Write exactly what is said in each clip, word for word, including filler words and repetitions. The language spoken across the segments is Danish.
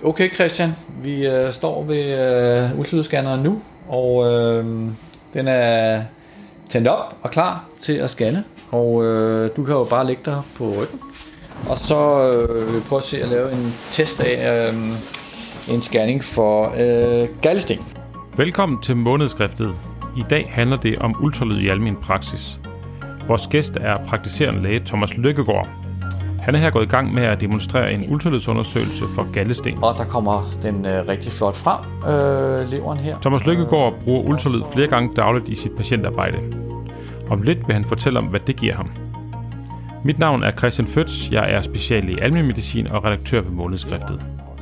Okay Christian, vi øh, står ved øh, ultralydsscanneren nu, og øh, den er tændt op og klar til at scanne, og øh, du kan jo bare lægge dig på ryggen, og så øh, vil vi prøve at se at lave en test af øh, en scanning for øh, galdesten. Velkommen til Månedskriftet. I dag handler det om ultralyd i almen praksis. Vores gæst er praktiserende læge Thomas Lykkegaard. Han er her gået i gang med at demonstrere en ultralydsundersøgelse for galdesten. Og der kommer den øh, rigtig flot frem, øh, leveren her. Thomas Lykkegaard bruger ultralyd flere gange dagligt i sit patientarbejde. Om lidt vil han fortælle om, hvad det giver ham. Mit navn er Christian Føtz. Jeg er special i almen medicin og redaktør ved Månedskriftet.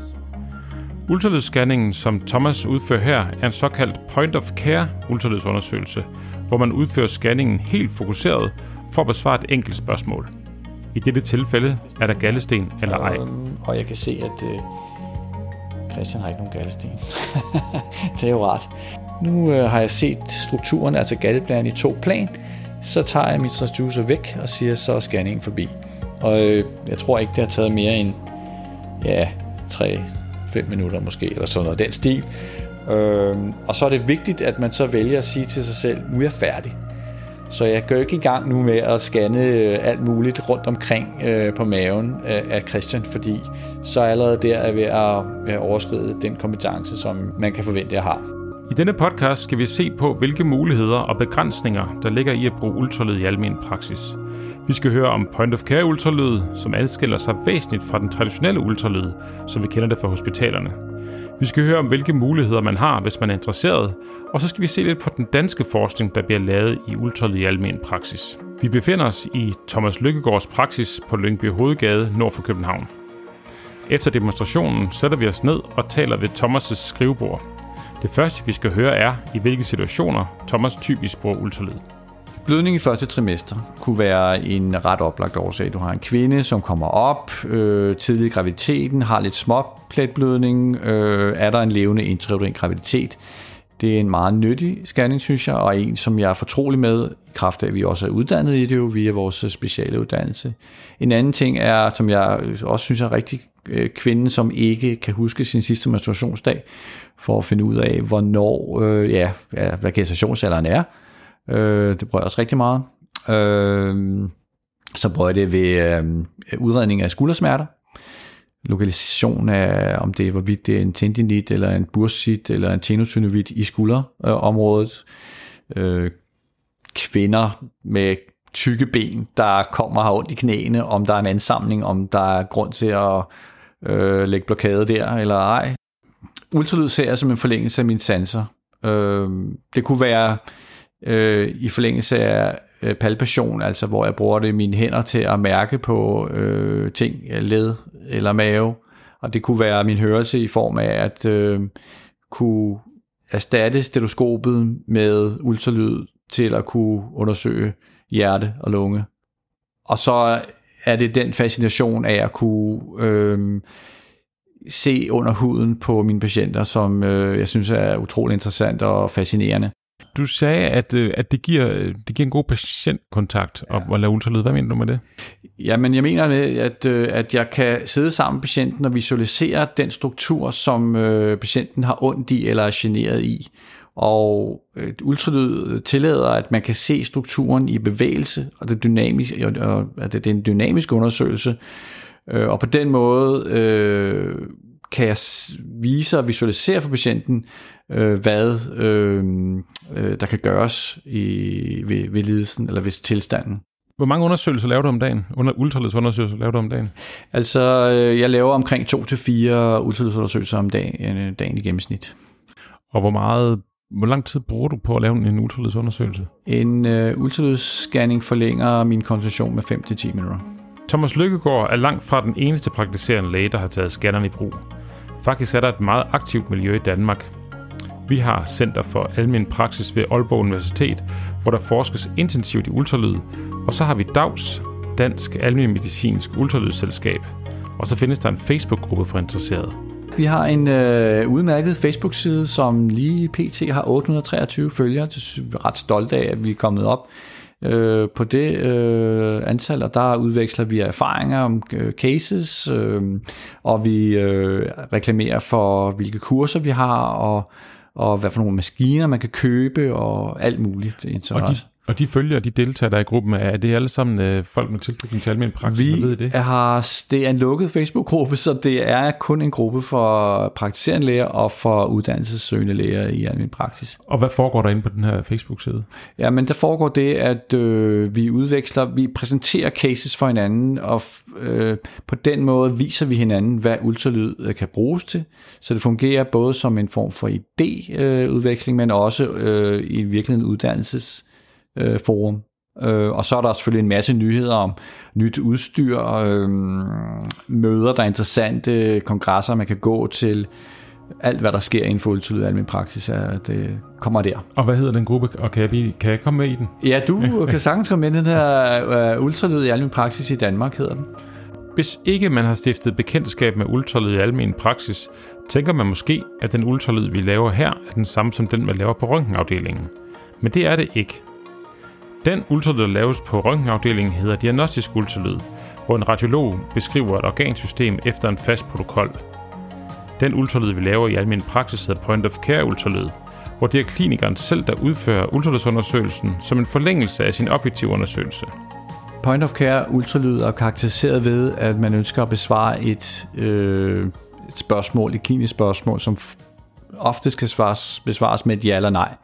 Ultralydsscanningen, som Thomas udfører her, er en såkaldt point of care ultralydsundersøgelse, hvor man udfører scanningen helt fokuseret for at besvare et enkelt spørgsmål. I dette tilfælde er der galdesten eller ej. Um, og jeg kan se, at øh, Christian har ikke nogen galdesten. Det er jo rart. Nu øh, har jeg set strukturen, altså galdeblæren i to plan. Så tager jeg mit transducer væk og siger, så er scanningen forbi. Og øh, jeg tror ikke, det har taget mere end ja, tre fem minutter måske, eller sådan noget den stil. Øh, og så er det vigtigt, at man så vælger at sige til sig selv, nu er jeg færdig. Så jeg går ikke i gang nu med at scanne alt muligt rundt omkring øh, på maven øh, af Christian, fordi så allerede der er ved at, at overskride den kompetence, som man kan forvente, at have. I denne podcast skal vi se på, hvilke muligheder og begrænsninger, der ligger i at bruge ultralyd i almen praksis. Vi skal høre om point of care ultralyd, som adskiller sig væsentligt fra den traditionelle ultralyd, som vi kender det fra hospitalerne. Vi skal høre om, hvilke muligheder man har, hvis man er interesseret, og så skal vi se lidt på den danske forskning, der bliver lavet i ultralyd i almen praksis. Vi befinder os i Thomas Lykkegaards praksis på Lyngby Hovedgade nord for København. Efter demonstrationen sætter vi os ned og taler ved Thomas' skrivebord. Det første, vi skal høre, er, i hvilke situationer Thomas typisk bruger ultralyd. Blødning i første trimester kunne være en ret oplagt årsag. Du har en kvinde, som kommer op øh, tidlig i graviditeten, har lidt småpletblødning, øh, er der en levende intrauterin graviditet. Det er en meget nyttig scanning, synes jeg, og en, som jeg er fortrolig med, i kraft af, at vi også er uddannet i det jo, via vores speciale uddannelse. En anden ting er, som jeg også synes er rigtig øh, kvinden, som ikke kan huske sin sidste menstruationsdag, for at finde ud af, hvornår, øh, ja, hvad gestationsalderen er. Øh, det bruger jeg også rigtig meget. Øh, så bruger jeg det ved øh, udredning af skuldersmerter. Lokalisation af, om det er, hvorvidt det er en tendinit, eller en bursit, eller en tenosynovit i skulderområdet. Øh, kvinder med tykke ben, der kommer har ondt i knæene, om der er en ansamling, om der er grund til at øh, lægge blokade der, eller ej. Ultralyd ser jeg som en forlængelse af mine sanser. Øh, det kunne være øh, i forlængelse af øh, palpation, altså hvor jeg bruger det i mine hænder til at mærke på øh, ting, led eller mave, og det kunne være min hørelse i form af at øh, kunne erstatte stetoskopet med ultralyd til at kunne undersøge hjerte og lunge. Og så er det den fascination af at kunne øh, se under huden på mine patienter, som øh, jeg synes er utrolig interessant og fascinerende. Du sagde, at, at det, giver, det giver en god patientkontakt at, ja. at lave ultralyd. Hvad mener du med det? Jamen, jeg mener med, at, at jeg kan sidde sammen med patienten og visualisere den struktur, som øh, patienten har ondt i eller er generet i. Og et ultralyd tillader, at man kan se strukturen i bevægelse, og det er, dynamisk, og det er en dynamisk undersøgelse. Og på den måde øh, kan jeg vise og visualisere for patienten, øh, hvad øh, der kan gøres i, ved, ved lidelsen eller ved tilstanden. Hvor mange undersøgelser laver du om dagen? Under ultralydsundersøgelser laver du om dagen? Altså, jeg laver omkring to til fire ultralydsundersøgelser om dagen, dagen i gennemsnit. Og hvor meget, hvor lang tid bruger du på at lave en ultralydsundersøgelse? En uh, ultralydsscanning forlænger min konsultation med fem til ti minutter. Thomas Lykkegaard er langt fra den eneste praktiserende læge, der har taget scanneren i brug. Faktisk er der et meget aktivt miljø i Danmark. Vi har Center for Almen Praksis ved Aalborg Universitet, hvor der forskes intensivt i ultralyd, og så har vi D A U S, Dansk Almen Medicinsk Ultralydsselskab, og så findes der en Facebook-gruppe for interesserede. Vi har en øh, udmærket Facebook-side, som lige pt. Har otte hundrede og treogtyve følgere. Jeg er ret stolt af, at vi er kommet op øh, på det øh, antal, og der udveksler vi erfaringer om øh, cases, øh, og vi øh, reklamerer for, hvilke kurser vi har, og, og hvad for nogle maskiner man kan købe, og alt muligt. Og de, og de følger, de deltager der i gruppen, er det alle sammen øh, folk med tilknytning til almen praksis? Vi ved det? Har, det er en lukket Facebook-gruppe, så det er kun en gruppe for praktiserende læger og for uddannelsessøgende læger i almen praksis. Og hvad foregår der inde på den her Facebook-side? Ja, men der foregår det, at øh, vi udveksler, vi præsenterer cases for hinanden, og øh, på den måde viser vi hinanden, hvad ultralyd øh, kan bruges til. Så det fungerer både som en form for idéudveksling, øh, men også øh, i virkeligheden uddannelses Øh, forum. Øh, og så er der selvfølgelig en masse nyheder om nyt udstyr, øh, møder, der er interessante, kongresser, man kan gå til. Alt, hvad der sker inden for ultralyd i almen praksis, er, det kommer der. Og hvad hedder den gruppe, og kan jeg, kan jeg komme med i den? Ja, du kan sagtens komme med i den her uh, ultralyd i almen praksis i Danmark, hedder den. Hvis ikke man har stiftet bekendtskab med ultralyd i almen praksis, tænker man måske, at den ultralyd, vi laver her, er den samme som den, man laver på røntgenafdelingen. Men det er det ikke. Den ultralyd, der laves på røntgenafdelingen, hedder diagnostisk ultralyd, hvor en radiolog beskriver et organsystem efter en fast protokol. Den ultralyd, vi laver i almen praksis, hedder point of care ultralyd, hvor det er klinikeren selv, der udfører ultralydsundersøgelsen som en forlængelse af sin objektive undersøgelse. Point of care ultralyd er karakteriseret ved, at man ønsker at besvare et, øh, et spørgsmål, et klinisk spørgsmål, som ofte skal svares, besvares med et ja eller nej.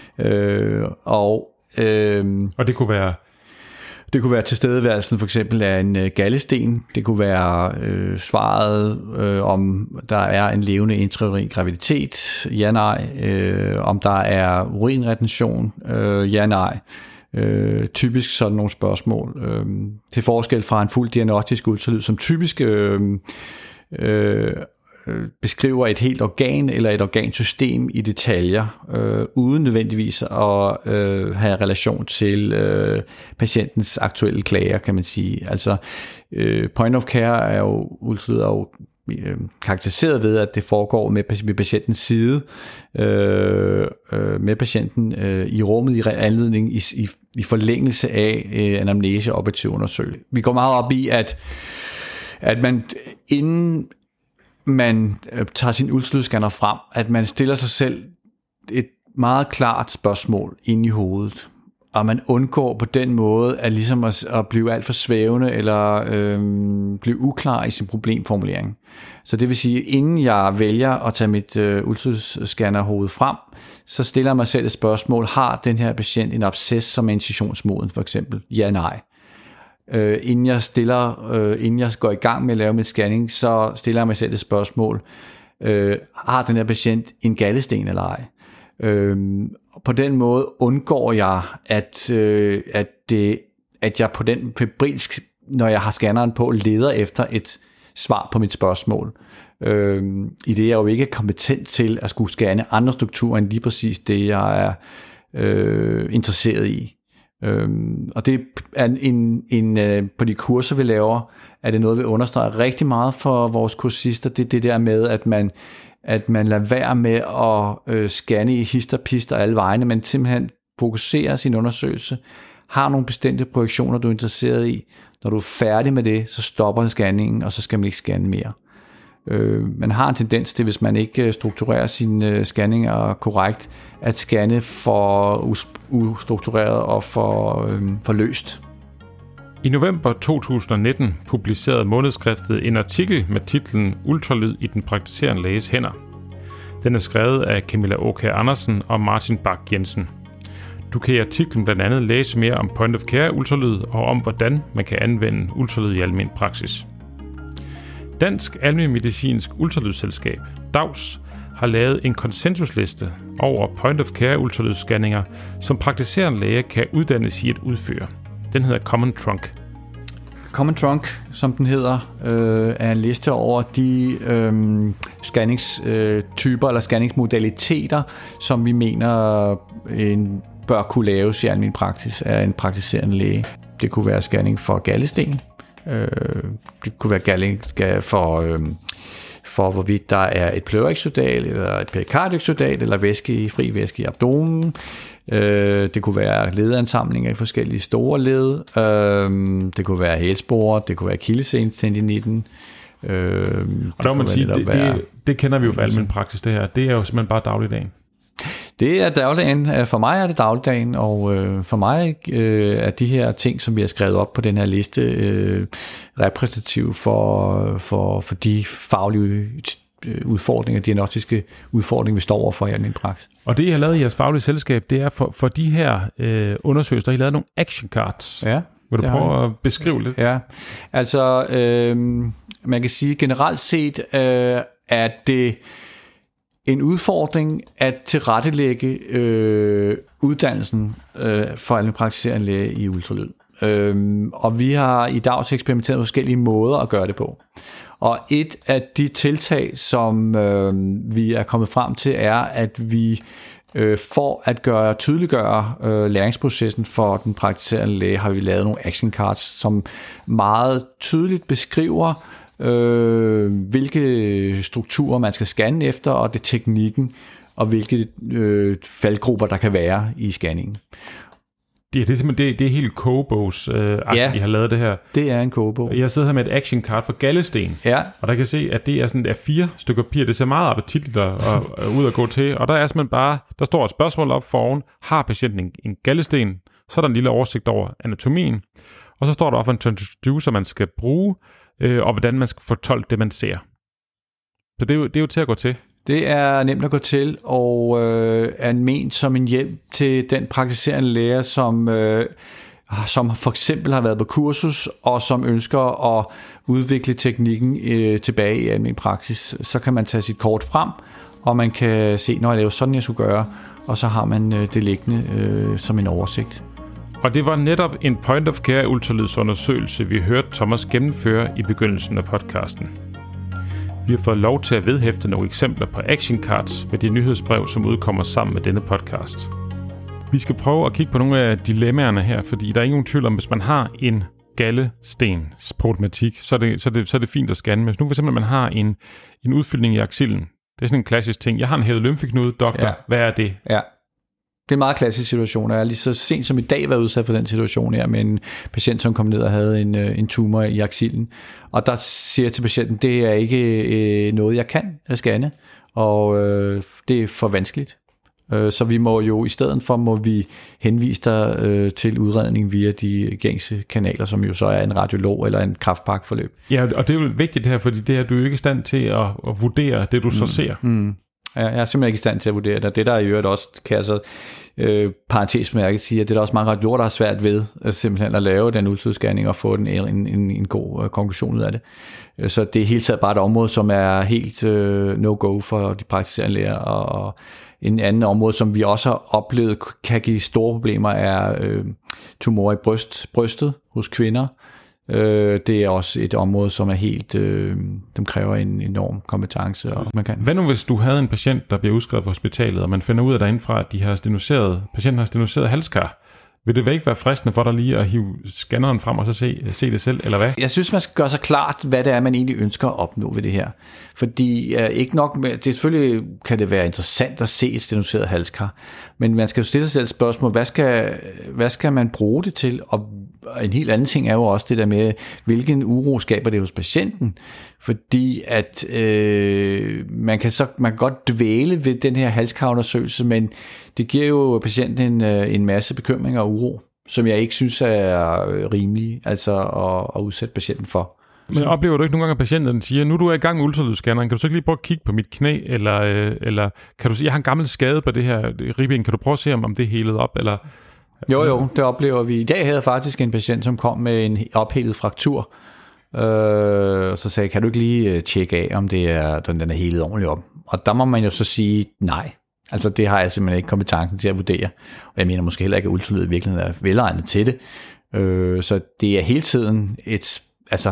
Øh, og Øhm, og det kunne være det kunne være tilstedeværelsen for eksempel af en øh, galdesten. Det kunne være øh, svaret øh, om der er en levende intrauterin graviditet, ja nej. Øh, om der er urinretention, øh, ja nej. Øh, typisk sådan nogle spørgsmål. Øh, til forskel fra en fuld diagnostisk ultralyd, som typisk øh, øh, beskriver et helt organ eller et organsystem i detaljer, øh, uden nødvendigvis at øh, have relation til øh, patientens aktuelle klager, kan man sige. Altså, øh, point of care er jo, ultralyd er jo øh, karakteriseret ved, at det foregår med, med patientens side, øh, øh, med patienten øh, i rummet i anledning, i, i, i forlængelse af øh, anamnese og objektiv undersøgelse. Vi går meget op i, at, at man inden man tager sin ultralydsscanner frem, at man stiller sig selv et meget klart spørgsmål ind i hovedet, og man undgår på den måde at, ligesom at, at blive alt for svævende eller øhm, blive uklar i sin problemformulering. Så det vil sige, inden jeg vælger at tage mit øh, ultralydsscannerhoved frem, så stiller jeg mig selv et spørgsmål: har den her patient en absces, som er incisionsmoden for eksempel? Ja, nej. Uh, inden jeg stiller, uh, inden jeg går i gang med at lave min scanning, så stiller jeg mig selv et spørgsmål: uh, har den her patient en galdesten eller ej? Uh, på den måde undgår jeg, at, uh, at, det, at jeg på den febrilsk, når jeg har scanneren på, leder efter et svar på mit spørgsmål. Uh, I det jeg jo ikke er kompetent til at skulle scanne andre strukturer end lige præcis det, jeg er uh, interesseret i. Øhm, og det er en, en, en på de kurser vi laver, er det noget vi understreger rigtig meget for vores kursister. Det er det der med at man at man lader være med at øh, scanne i hist og pist og alle vegne, men simpelthen fokuserer sin undersøgelse, har nogle bestemte projektioner du er interesseret i. Når du er færdig med det, så stopper scanningen, og så skal man ikke scanne mere. Øh, man har en tendens til, hvis man ikke strukturerer sine øh, scanninger korrekt, at scanne for ustruktureret og for, øh, for løst. I november to tusind og nitten publicerede månedskriftet en artikel med titlen Ultralyd i den praktiserende læges hænder. Den er skrevet af Camilla Aakjær Andersen og Martin Bak Jensen. Du kan i artiklen blandt andet læse mere om point of care ultralyd og om hvordan man kan anvende ultralyd i almen praksis. Dansk Almenmedicinsk Ultralydsselskab, D A U S, har lavet en konsensusliste over point of care ultralydsscanninger, som praktiserende læger kan uddannes i at udføre. Den hedder Common Trunk. Common Trunk, som den hedder, øh, er en liste over de øh, scanningstyper eller scanningsmodaliteter, som vi mener en, bør kunne laves i almen praksis af en praktiserende læge. Det kunne være scanning for galdesten. Øh, det kunne være galling for, øh, for for, hvorvidt der er et pleuraexudal, eller et perikardexudal, eller væske, fri væske i abdomen. Øh, det kunne være ledansamlinger i forskellige store led. Øh, det kunne være hælsporer, det kunne være akillessenetendinitten. Øh, og der må man sige, det, være, det, det kender vi jo for almen praksis, det her. Det er jo simpelthen bare dagligdagen. Det er dagligdagen. For mig er det dagligdagen, og øh, for mig øh, er de her ting, som vi har skrevet op på den her liste, øh, repræsentativ for, for, for de faglige udfordringer, diagnostiske udfordringer, vi står overfor i almen praksis. Og det, I har lavet i jeres faglige selskab, det er for, for de her øh, undersøgelser, I har lavet nogle action cards. Ja. Vil du prøve at beskrive lidt? Ja, altså øh, man kan sige generelt set, øh, at det en udfordring at tilrettelægge øh, uddannelsen øh, for almenpraktiserende læge i ultralyd. Øh, og vi har i dag også eksperimenteret med forskellige måder at gøre det på. Og et af de tiltag, som øh, vi er kommet frem til, er, at vi øh, for at gøre tydeliggøre øh, læringsprocessen for den praktiserende læge, har vi lavet nogle action cards, som meget tydeligt beskriver, Øh, hvilke strukturer man skal scanne efter, og det teknikken, og hvilke øh, faldgrupper der kan være i scanningen. Det, det er simpelthen det, det er helt kogebogs øh, ja, I har lavet det her. Det er en kogebog. Jeg sidder her med et action card for galdesten, ja. Og der kan se, at det er sådan er fire stykker papir. Det ser meget appetitligt og, og ud at gå til, og der er simpelthen bare, der står et spørgsmål op foroven. Har patienten en, en galdesten? Så er der en lille oversigt over anatomien, og så står der også en transducer, man skal bruge, og hvordan man skal fortolke det, man ser. Så det er jo, det er jo til at gå til. Det er nemt at gå til, og øh, er ment som en hjælp til den praktiserende læge, som, øh, som for eksempel har været på kursus, og som ønsker at udvikle teknikken øh, tilbage i almen praksis. Så kan man tage sit kort frem, og man kan se, når jeg laver sådan, jeg skulle gøre, og så har man øh, det liggende øh, som en oversigt. Og det var netop en point-of-care ultralydsundersøgelse, vi hørte Thomas gennemføre i begyndelsen af podcasten. Vi har fået lov til at vedhæfte nogle eksempler på action cards med de nyhedsbrev, som udkommer sammen med denne podcast. Vi skal prøve at kigge på nogle af dilemmaerne her, fordi der er ingen tvivl om, hvis man har en gallestens problematik, så er det, så er det, så er det fint at scanne. Men nu for eksempel, man har en, en udfyldning i aksillen. Det er sådan en klassisk ting. Jeg har en hævet lymfeknude, doktor. Ja. Hvad er det? Ja. Det er en meget klassisk situation, og jeg er lige så sent som i dag været udsat for den situation her med en patient, som kom ned og havde en, en tumor i aksillen. Og der siger jeg til patienten, det er ikke øh, noget, jeg kan scanne, og øh, det er for vanskeligt. Øh, så vi må jo i stedet for, må vi henvise dig øh, til udredning via de gængse kanaler, som jo så er en radiolog eller en kræftpakforløb. Ja, og det er jo vigtigt det her, fordi det er du jo ikke i stand til at, at vurdere det, du mm. så ser. Mm. Jeg er simpelthen ikke i stand til at vurdere det. Det der i øvrigt også, kan jeg så øh, parentesmærket sige, at det er der også mange radiologer, der har svært ved at simpelthen at lave den ultralydsscanning og få en, en, en, en god uh, konklusion ud af det. Så det er helt taget bare et område, som er helt uh, no-go for de praktiserende læger. Og en anden område, som vi også har oplevet kan give store problemer, er øh, tumorer i bryst, brystet hos kvinder. Det er også et område, som er helt, øh, som kræver en enorm kompetence. Og man kan. Hvad nu, hvis du havde en patient, der bliver udskrevet fra hospitalet, og man finder ud af derindefra, at de har stenoseret, patienten har stenoseret halskar? Vil det ikke være fristende for dig lige at hive scanneren frem og så se, se det selv, eller hvad? Jeg synes, man skal gøre sig klart, hvad det er, man egentlig ønsker at opnå ved det her. Fordi uh, ikke nok med, det selvfølgelig kan det være interessant at se et stenoseret halskar, men man skal jo stille sig selv et spørgsmål, hvad skal, hvad skal man bruge det til? Og en helt anden ting er jo også det der med, hvilken uro skaber det hos patienten? Fordi at øh, man kan så man kan godt dvæle ved den her halskarundersøgelse, men det giver jo patienten en, en masse bekymringer og uro, som jeg ikke synes er rimelig altså at, at udsætte patienten for. Men oplever du ikke nogle gange, at patienten siger, nu er du i gang med ultralydsscanneren, kan du så ikke lige prøve at kigge på mit knæ, eller, eller kan du sige, jeg har en gammel skade på det her ribben, kan du prøve at se, om det er helet op, eller... Jo, jo, det oplever vi. I dag havde jeg faktisk en patient, som kom med en ophelet fraktur, øh, og så sagde jeg, kan du ikke lige tjekke af, om det er, den er helet ordentligt op? Og der må man jo så sige nej. Altså det har jeg simpelthen ikke kompetencen til at vurdere. Og jeg mener måske heller ikke, at ultralyd i virkeligheden er velegnet til det. Øh, så det er hele tiden et... Altså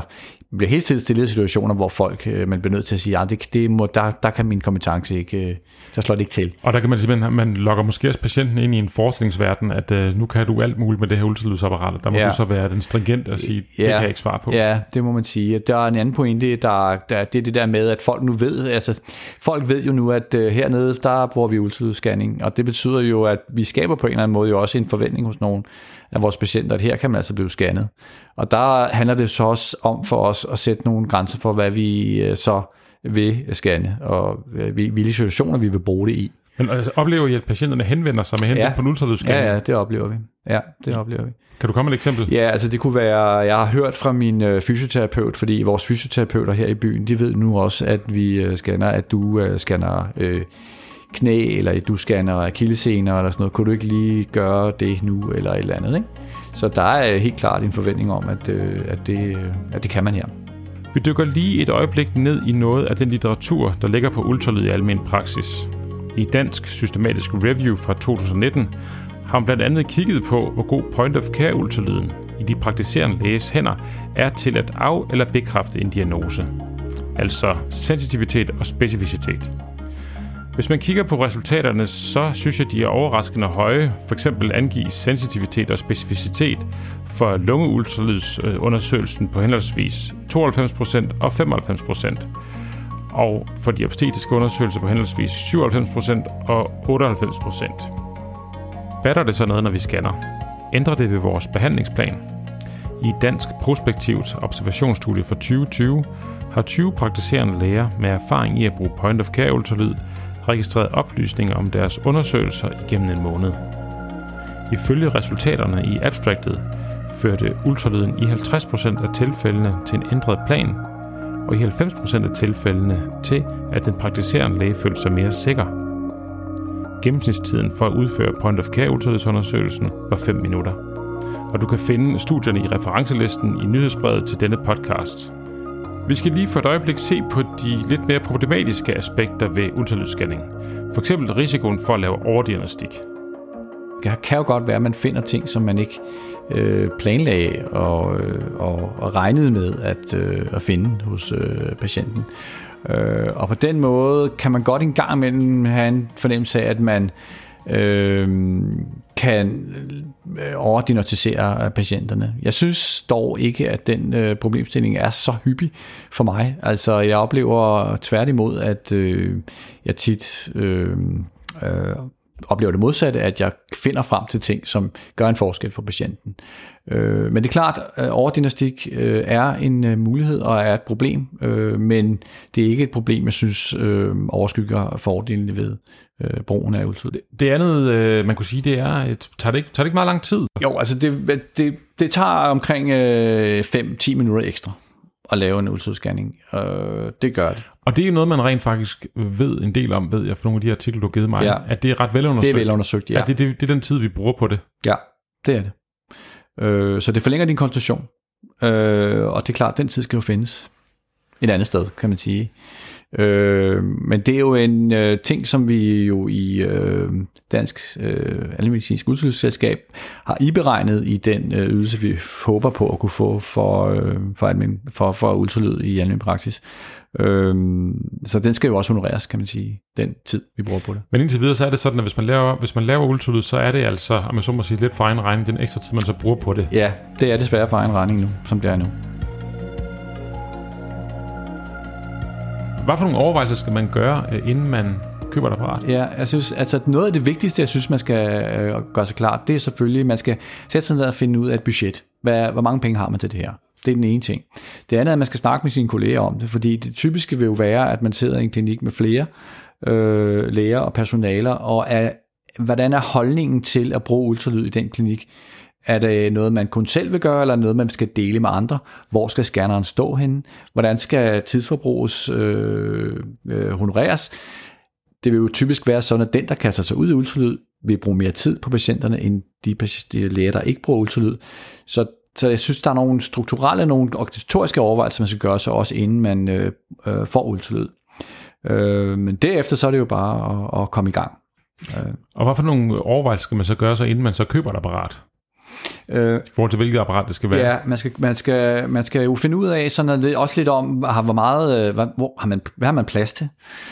man bliver helt tiden stillet i situationer, hvor folk, øh, man bliver nødt til at sige, ja, det, det må, der, der kan min kompetence ikke, øh, der slår det ikke til. Og der kan man simpelthen, man lokker måske også patienten ind i en forestillingsverden, at øh, nu kan du alt muligt med det her ultralydsapparat. Der må ja. du så være den stringent og sige, ja. det kan jeg ikke svare på. Ja, det må man sige. Der er en anden pointe, der, der, det er det der med, at folk nu ved, altså folk ved jo nu, at øh, hernede, der bruger vi ultralydsscanning, og det betyder jo, at vi skaber på en eller anden måde jo også en forventning hos nogen af vores patienter, at her kan man altså blive scannet. Og der handler det så også om for os at sætte nogle grænser for, hvad vi øh, så vil scanne, og øh, hvilke situationer vi vil bruge det i. Men altså, oplever I, at patienterne henvender sig med henblik ja. på en ultralydsscanning? Ja, ja, det oplever vi. Ja, det oplever vi. Kan du komme med et eksempel? Ja, altså det kunne være, jeg har hørt fra min øh, fysioterapeut, fordi vores fysioterapeuter her i byen, de ved nu også, at vi øh, scanner, at du øh, scanner øh, knæ, eller at du scanner akillessener, eller sådan noget. Kunne du ikke lige gøre det nu, eller et eller andet, ikke? Så der er helt klart en forventning om, at, øh, at, det, øh, at det kan man her. Vi dykker lige et øjeblik ned i noget af den litteratur, der ligger på ultralyd i almen praksis. I Dansk Systematisk Review fra to tusind nitten har man blandt andet kigget på, hvor god point-of-care-ultralyden i de praktiserende læges hænder er til at af- eller bekræfte en diagnose. Altså sensitivitet og specificitet. Hvis man kigger på resultaterne, så synes jeg, de er overraskende høje. For eksempel angives sensitivitet og specificitet for lungeultralydsundersøgelsen på henholdsvis tooghalvfems procent og femoghalvfems procent. Og for de obstetriske undersøgelser på henholdsvis syvoghalvfems procent og otteoghalvfems procent. Batter det så noget, når vi scanner? Ændrer det ved vores behandlingsplan? I Dansk Prospektivt Observationsstudie fra tyve tyve har tyve praktiserende læger med erfaring i at bruge point-of-care-ultralyd registreret oplysninger om deres undersøgelser igennem en måned. Ifølge resultaterne i abstractet førte ultralyden i halvtreds procent af tilfældene til en ændret plan, og i halvfems procent af tilfældene til, at den praktiserende læge følte sig mere sikker. Gennemsnitstiden for at udføre point-of-care-ultralydsundersøgelsen var fem minutter. Og du kan finde studierne i referencelisten i nyhedsbrevet til denne podcast. Vi skal lige for et øjeblik se på de lidt mere problematiske aspekter ved ultralydsscanning. For eksempel risikoen for at lave overdiagnostik. Det kan jo godt være, at man finder ting, som man ikke øh, planlagde og, øh, og, og regnede med at, øh, at finde hos øh, patienten. Øh, og på den måde kan man godt en gang imellem have en fornemmelse af, at man øh, kan overdiagnostisere patienterne. Jeg synes dog ikke, at den øh, problemstilling er så hyppig for mig. Altså, jeg oplever tværtimod, at øh, jeg tit øh, øh, oplever det modsatte, at jeg finder frem til ting, som gør en forskel for patienten. Øh, men det er klart, at overdiagnostik øh, er en øh, mulighed og er et problem, øh, men det er ikke et problem, jeg synes øh, overskygger fordelene ved øh, brugen af ultralyd. Det, det andet, øh, man kunne sige, det er, et, tager, det ikke, tager det ikke meget lang tid? Jo, altså det, det, det tager omkring øh, fem til ti minutter ekstra at lave en ultralydsscanning. Øh, det gør det. Og det er noget, man rent faktisk ved en del om, ved jeg, for nogle af de artikler, du har givet mig, ja. At det er ret velundersøgt. Det er velundersøgt, ja. At det, det, det er den tid, vi bruger på det. Ja, det er det. Øh, så det forlænger din konsultation. Øh, og det er klart, den tid skal jo findes et andet sted, kan man sige. Øh, men det er jo en øh, ting, som vi jo i øh, Dansk øh, Almenmedicinsk Ultralydsselskab har iberegnet i den øh, ydelse, vi håber på at kunne få for, øh, for, almen, for, for ultralyd i almen praksis. Øh, så den skal jo også honoreres, kan man sige, den tid, vi bruger på det. Men indtil videre, så er det sådan, at hvis man laver, hvis man laver ultralyd, så er det altså, om man så må sige, lidt for egen regning, den ekstra tid, man så bruger på det. Ja, det er desværre for egen regning nu, som det er nu. Hvad for nogle overvejelser skal man gøre, inden man køber et apparat? Ja, jeg synes, altså noget af det vigtigste, jeg synes, man skal øh, gøre sig klart, det er selvfølgelig, at man skal sætte sig ned og finde ud af et budget. Hvad, hvor mange penge har man til det her? Det er den ene ting. Det andet er, at man skal snakke med sine kolleger om det, fordi det typiske vil jo være, at man sidder i en klinik med flere øh, læger og personaler, og er, hvordan er holdningen til at bruge ultralyd i den klinik? Er det noget, man kun selv vil gøre, eller noget, man skal dele med andre? Hvor skal scanneren stå henne? Hvordan skal tidsforbruget øh, øh, honoreres? Det vil jo typisk være sådan, at den, der kaster sig ud i ultralyd, vil bruge mere tid på patienterne, end de, de læger, der ikke bruger ultralyd. Så, så jeg synes, der er nogle strukturelle, nogle organisatoriske overvejelser, man skal gøre sig også, inden man øh, øh, får ultralyd. Øh, men derefter så er det jo bare at, at komme i gang. Øh. Og hvad for nogle overvejelser skal man så gøre sig, inden man så køber et apparat? Øh, I forhold til hvilket apparat det skal være? Ja, man skal, man skal, man skal jo finde ud af sådan noget, også lidt om, hvor meget, hvad, hvor har man, hvad har man plads til?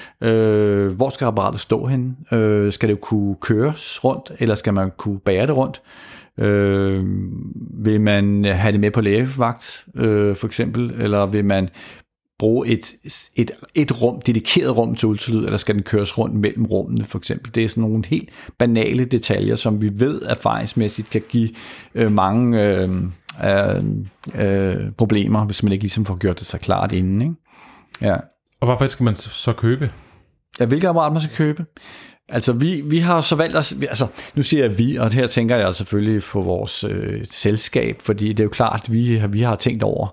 Øh, hvor skal apparatet stå henne? Øh, skal det jo kunne køres rundt, eller skal man kunne bære det rundt? Øh, vil man have det med på lægevagt, øh, for eksempel, eller vil man bruge et, et, et rum, dedikeret rum til ultralyd, eller skal den køres rundt mellem rummene, for eksempel. Det er sådan nogle helt banale detaljer, som vi ved erfaringsmæssigt kan give øh, mange øh, øh, øh, problemer, hvis man ikke ligesom får gjort det så klart inden. Ikke? Ja. Og hvorfor skal man så købe? Ja, hvilket apparat man skal købe? Altså, vi, vi har så valgt at... Altså, nu siger jeg vi, og her tænker jeg selvfølgelig på vores øh, selskab, fordi det er jo klart, at vi, vi har tænkt over,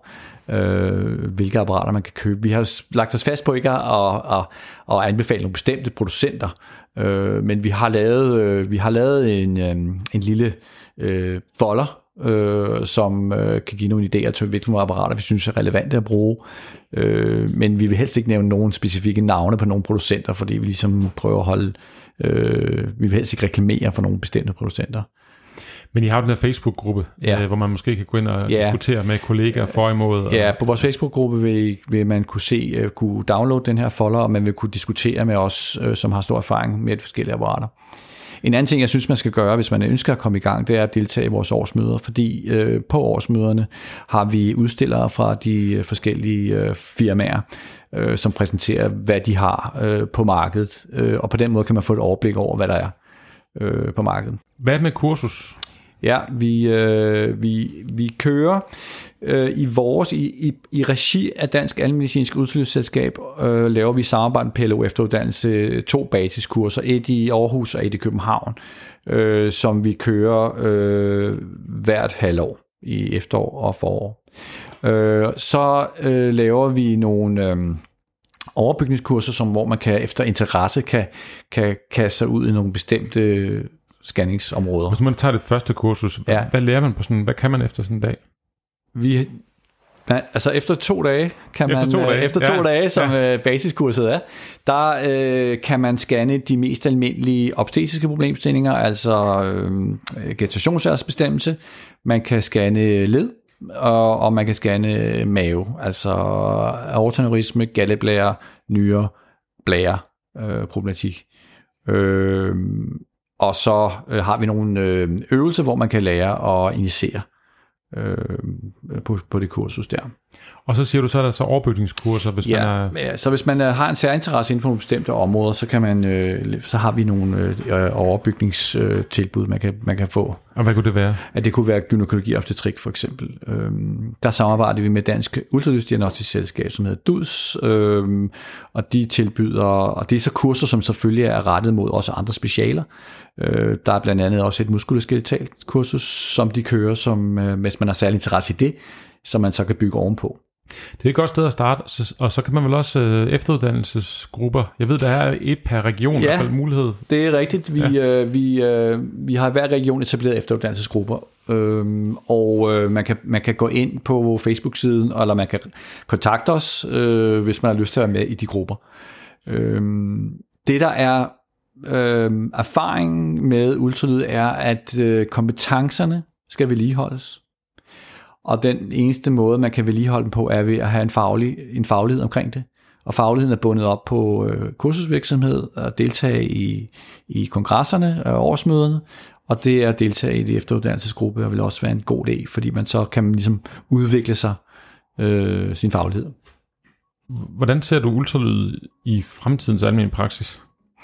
øh, hvilke apparater man kan købe. Vi har lagt os fast på ikke at, at, at anbefale nogle bestemte producenter, øh, men vi har lavet, øh, vi har lavet en, øh, en lille øh, folder, øh, som øh, kan give nogle idéer til, hvilke apparater vi synes er relevante at bruge. Øh, men vi vil helst ikke nævne nogen specifikke navne på nogle producenter, fordi vi ligesom prøver at holde... Øh, vi vil helst ikke reklamere for nogle bestemte producenter. Men I har den her Facebook-gruppe, ja. øh, hvor man måske kan gå ind og ja. diskutere med kollegaer for og imod. Og... Ja, på vores Facebook-gruppe vil, vil man kunne se, uh, kunne downloade den her folder, og man vil kunne diskutere med os, uh, som har stor erfaring med de forskellige apparater. En anden ting, jeg synes, man skal gøre, hvis man ønsker at komme i gang, det er at deltage i vores årsmøder, fordi øh, på årsmøderne har vi udstillere fra de forskellige øh, firmaer, øh, som præsenterer, hvad de har øh, på markedet, øh, og på den måde kan man få et overblik over, hvad der er øh, på markedet. Hvad med kursus? Ja, vi, øh, vi, vi kører øh, i vores, i, i, i regi af Dansk Almenmedicinsk Udstyrsselskab, øh, laver vi samarbejde med P L O efteruddannelse, to basiskurser, et i Aarhus og et i København, øh, som vi kører øh, hvert halvår i efterår og forår. Øh, så øh, laver vi nogle... Øh, overbygningskurser, som, hvor man kan efter interesse kan, kan kaste sig ud i nogle bestemte scanningsområder. Hvis man tager det første kursus, hvad, ja. hvad lærer man på sådan, hvad kan man efter sådan en dag? Vi, altså efter to dage, kan man, efter to dage, efter to ja. dage som ja. basiskurset er, der øh, kan man scanne de mest almindelige obstetriske problemstillinger, altså øh, gestationsaldersbestemmelse, man kan scanne led, og, og man kan scanne mave, altså aortaneurisme, galleblære, nyre, blære øh, problematik. Øh, og så øh, har vi nogle øh, øvelser, hvor man kan lære at injicere øh, på, på det kursus der. Og så siger du, så er der så overbygningskurser, hvis ja, man er... Ja, så hvis man øh, har en særinteresse inden for nogle bestemte områder, så kan man, øh, så har vi nogle øh, overbygningstilbud, man kan, man kan få. Og hvad kunne det være? At det kunne være gynækologi og obstetrik for eksempel. Øhm, der samarbejder vi med Dansk Ultralydsdiagnostisk Selskab, som hedder D U S, øhm, og de tilbyder, og det er så kurser, som selvfølgelig er rettet mod også andre specialer. Øh, der er blandt andet også et muskuloskeletalt kursus, som de kører, som, øh, hvis man har særlig interesse i det, som man så kan bygge ovenpå. Det er et godt sted at starte, og så kan man vel også øh, efteruddannelsesgrupper. Jeg ved, der er et per region, ja, i hvert fald mulighed. Det er rigtigt. Vi, ja. øh, vi, øh, vi har i hver region etableret efteruddannelsesgrupper, øhm, og øh, man, kan, man kan gå ind på Facebook-siden, eller man kan kontakte os, øh, hvis man har lyst til at være med i de grupper. Øhm, det, der er øh, erfaringen med ultralyd, er, at øh, kompetencerne skal vedligeholdes. Og den eneste måde, man kan vedligeholde dem på, er ved at have en, faglig, en faglighed omkring det. Og fagligheden er bundet op på øh, kursusvirksomhed, og deltage i, i kongresserne og årsmøderne, og det er at deltage i de efteruddannelsesgruppe, og vil også være en god idé, fordi man så kan man ligesom udvikle sig øh, sin faglighed. Hvordan ser du ultralyd i fremtidens almen praksis?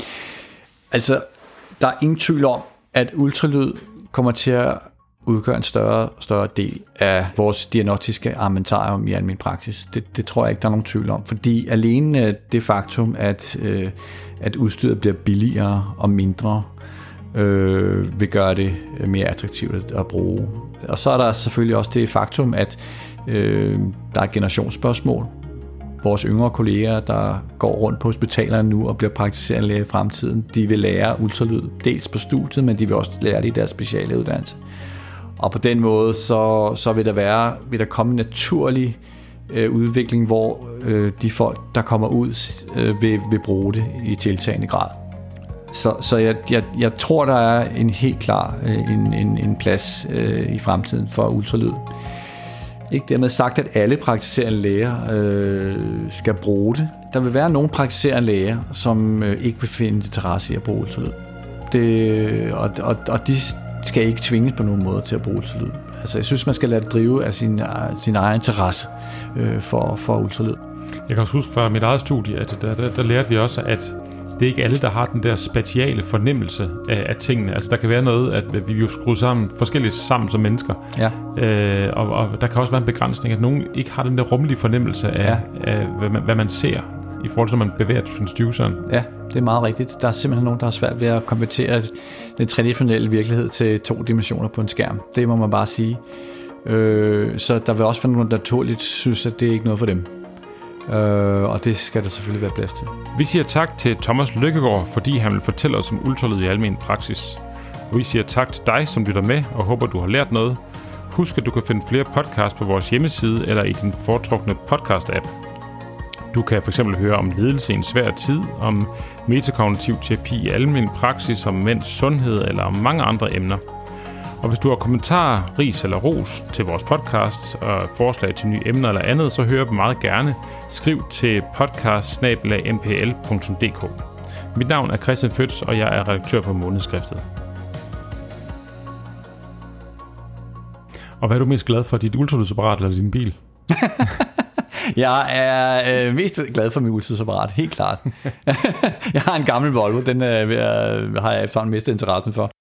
Altså, der er ingen tvivl om, at ultralyd kommer til at udgør en større større del af vores diagnostiske armamentarium i almen praksis. Det, det tror jeg ikke, der er nogen tvivl om, fordi alene det faktum, at, øh, at udstyret bliver billigere og mindre, øh, vil gøre det mere attraktivt at bruge. Og så er der selvfølgelig også det faktum, at øh, der er et generationsspørgsmål. Vores yngre kolleger, der går rundt på hospitalerne nu og bliver praktiserende læger i fremtiden, de vil lære ultralyd, dels på studiet, men de vil også lære det i deres specialuddannelse. Og på den måde, så, så vil der være, vil der komme en naturlig øh, udvikling, hvor øh, de folk, der kommer ud, øh, vil, vil bruge det i tiltagende grad. Så, så jeg, jeg, jeg tror, der er en helt klar en, en, en plads øh, i fremtiden for ultralyd. Ikke dermed sagt, at alle praktiserende læger øh, skal bruge det. Der vil være nogle praktiserende læger, som øh, ikke vil finde interesse i at bruge ultralyd. Det, og, og, og de skal ikke tvinges på nogen måde til at bruge ultralyd. Altså, jeg synes, man skal lade det drive af sin, sin egen interesse øh, for, for ultralyd. Jeg kan også huske fra mit eget studie, at der, der, der lærte vi også, at det er ikke alle, der har den der spatiale fornemmelse af, af tingene. Altså, der kan være noget, at vi jo skruer sammen forskelligt sammen som mennesker. Ja. Øh, og, og der kan også være en begrænsning, at nogen ikke har den der rummelige fornemmelse af, ja. af hvad, man, hvad man ser, i forhold til, at man bevæger transduceren. Ja, det er meget rigtigt. Der er simpelthen nogen, der har svært ved at konvertere den tredimensionelle virkelighed til to dimensioner på en skærm. Det må man bare sige. Øh, så der vil også være nogen, der naturligt synes, at det er ikke noget for dem. Øh, og det skal der selvfølgelig være plads til. Vi siger tak til Thomas Lykkegaard, fordi han vil fortælle os om ultralyd i almen praksis. Og vi siger tak til dig, som lytter med, og håber, du har lært noget. Husk, at du kan finde flere podcasts på vores hjemmeside eller i din foretrukne podcast-app. Du kan fx høre om ledelse i en svær tid, om metakognitiv terapi i almen praksis, om mænds sundhed eller om mange andre emner. Og hvis du har kommentarer, ris eller ros til vores podcast og forslag til nye emner eller andet, så hører vi meget gerne. Skriv til podcast bindestreg m p l punktum d k. Mit navn er Christian Føtz, og jeg er redaktør på Månedskriftet. Og hvad er du mest glad for, dit ultralydsapparat eller din bil? Jeg er øh, mest glad for min ultralydsapparat, helt klart. Jeg har en gammel Volvo, den øh, har jeg efterhånden mistet interessen for.